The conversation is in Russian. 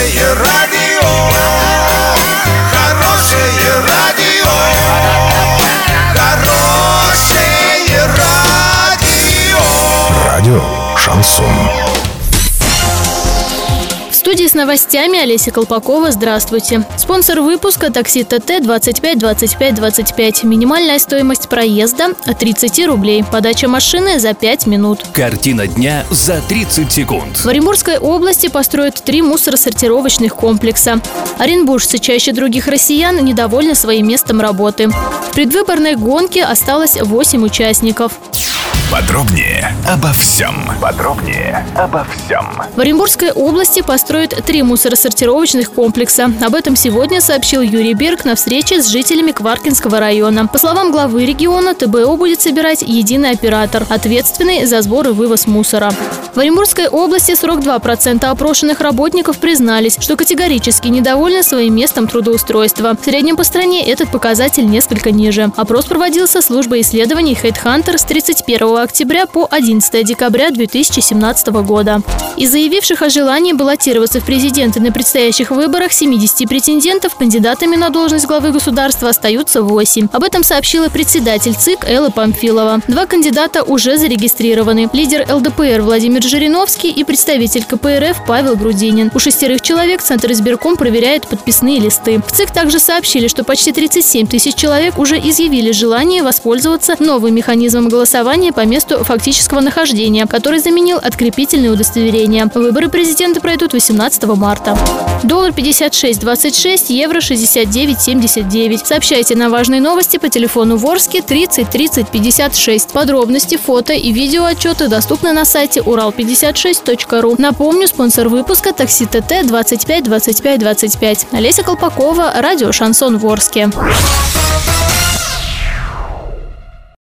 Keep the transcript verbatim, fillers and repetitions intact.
Хорошее радио, хорошее радио, хорошее радио. Радио Шансон. В студии с новостями Олеся Колпакова. Здравствуйте. Спонсор выпуска — такси ТТ двадцать пять двадцать пять двадцать пять. Минимальная стоимость проезда от тридцати рублей. Подача машины за пять минут. Картина дня за тридцать секунд. В Оренбургской области построят три мусоросортировочных комплекса. Оренбуржцы чаще других россиян недовольны своим местом работы. В предвыборной гонке осталось восемь участников. Подробнее обо всем. Подробнее обо всем. В Оренбургской области построят три мусоросортировочных комплекса. Об этом сегодня сообщил Юрий Берг на встрече с жителями Кваркинского района. По словам главы региона, ТБО будет собирать единый оператор, ответственный за сбор и вывоз мусора. В Оренбургской области сорок два процента опрошенных работников признались, что категорически недовольны своим местом трудоустройства. В среднем по стране этот показатель несколько ниже. Опрос проводился службой исследований HeadHunter с тридцать первого октября по одиннадцатое декабря две тысячи семнадцатого года. Из заявивших о желании баллотироваться в президенты на предстоящих выборах семидесяти претендентов кандидатами на должность главы государства остаются восемь. Об этом сообщила председатель ЦИК Элла Памфилова. Два кандидата уже зарегистрированы. Лидер ЛДПР Владимир Жириновский и представитель КПРФ Павел Грудинин. У шестерых человек Центр избирком проверяет подписные листы. В ЦИК также сообщили, что почти тридцать семь тысяч человек уже изъявили желание воспользоваться новым механизмом голосования по месту фактического нахождения, который заменил открепительные удостоверения. Выборы президента пройдут восемнадцатого марта. Доллар пятьдесят шесть двадцать шесть, евро шестьдесят девять семьдесят девять. Сообщайте на важные новости по телефону Ворске тридцать тридцать пятьдесят шесть. Подробности, фото и видеоотчеты доступны на сайте урал пятьдесят шесть точка ру. Напомню, спонсор выпуска — такси ТТ двадцать пять двадцать пять двадцать пять. Олеся Колпакова, радио Шансон Ворске.